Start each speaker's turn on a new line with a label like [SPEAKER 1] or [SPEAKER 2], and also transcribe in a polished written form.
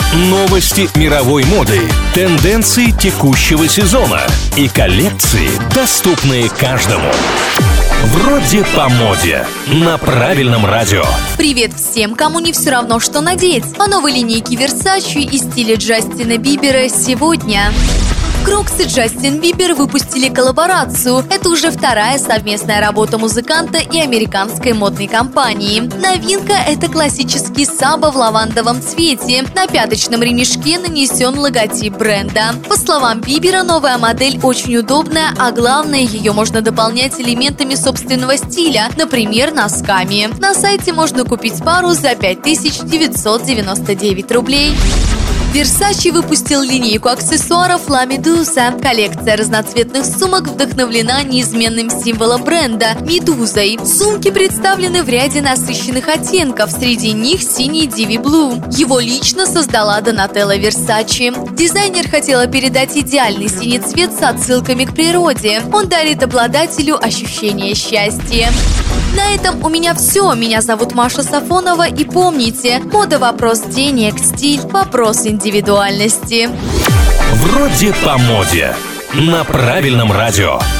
[SPEAKER 1] Новости мировой моды, тенденции текущего сезона и коллекции, доступные каждому. Вроде по моде. На правильном радио.
[SPEAKER 2] Привет всем, кому не все равно, что надеть. О новой линейке Versace и стиле Джастина Бибера сегодня. Крокс и Джастин Бибер выпустили коллаборацию. Это уже вторая совместная работа музыканта и американской модной компании. Новинка – это классический саба в лавандовом цвете. На пяточном ремешке нанесен логотип бренда. По словам Бибера, новая модель очень удобная, а главное, ее можно дополнять элементами собственного стиля, например, носками. На сайте можно купить пару за 5999 рублей. Versace выпустил линейку аксессуаров La Medusa. Коллекция разноцветных сумок вдохновлена неизменным символом бренда – медузой. Сумки представлены в ряде насыщенных оттенков, среди них синий Divi Blue. Его лично создала Донателла Versace. Дизайнер хотела передать идеальный синий цвет с отсылками к природе. Он дарит обладателю ощущение счастья. На этом у меня все. Меня зовут Маша Сафонова. И помните, мода – вопрос денег, стиль – вопрос индивидуальности.
[SPEAKER 1] Вроде по моде. На правильном радио.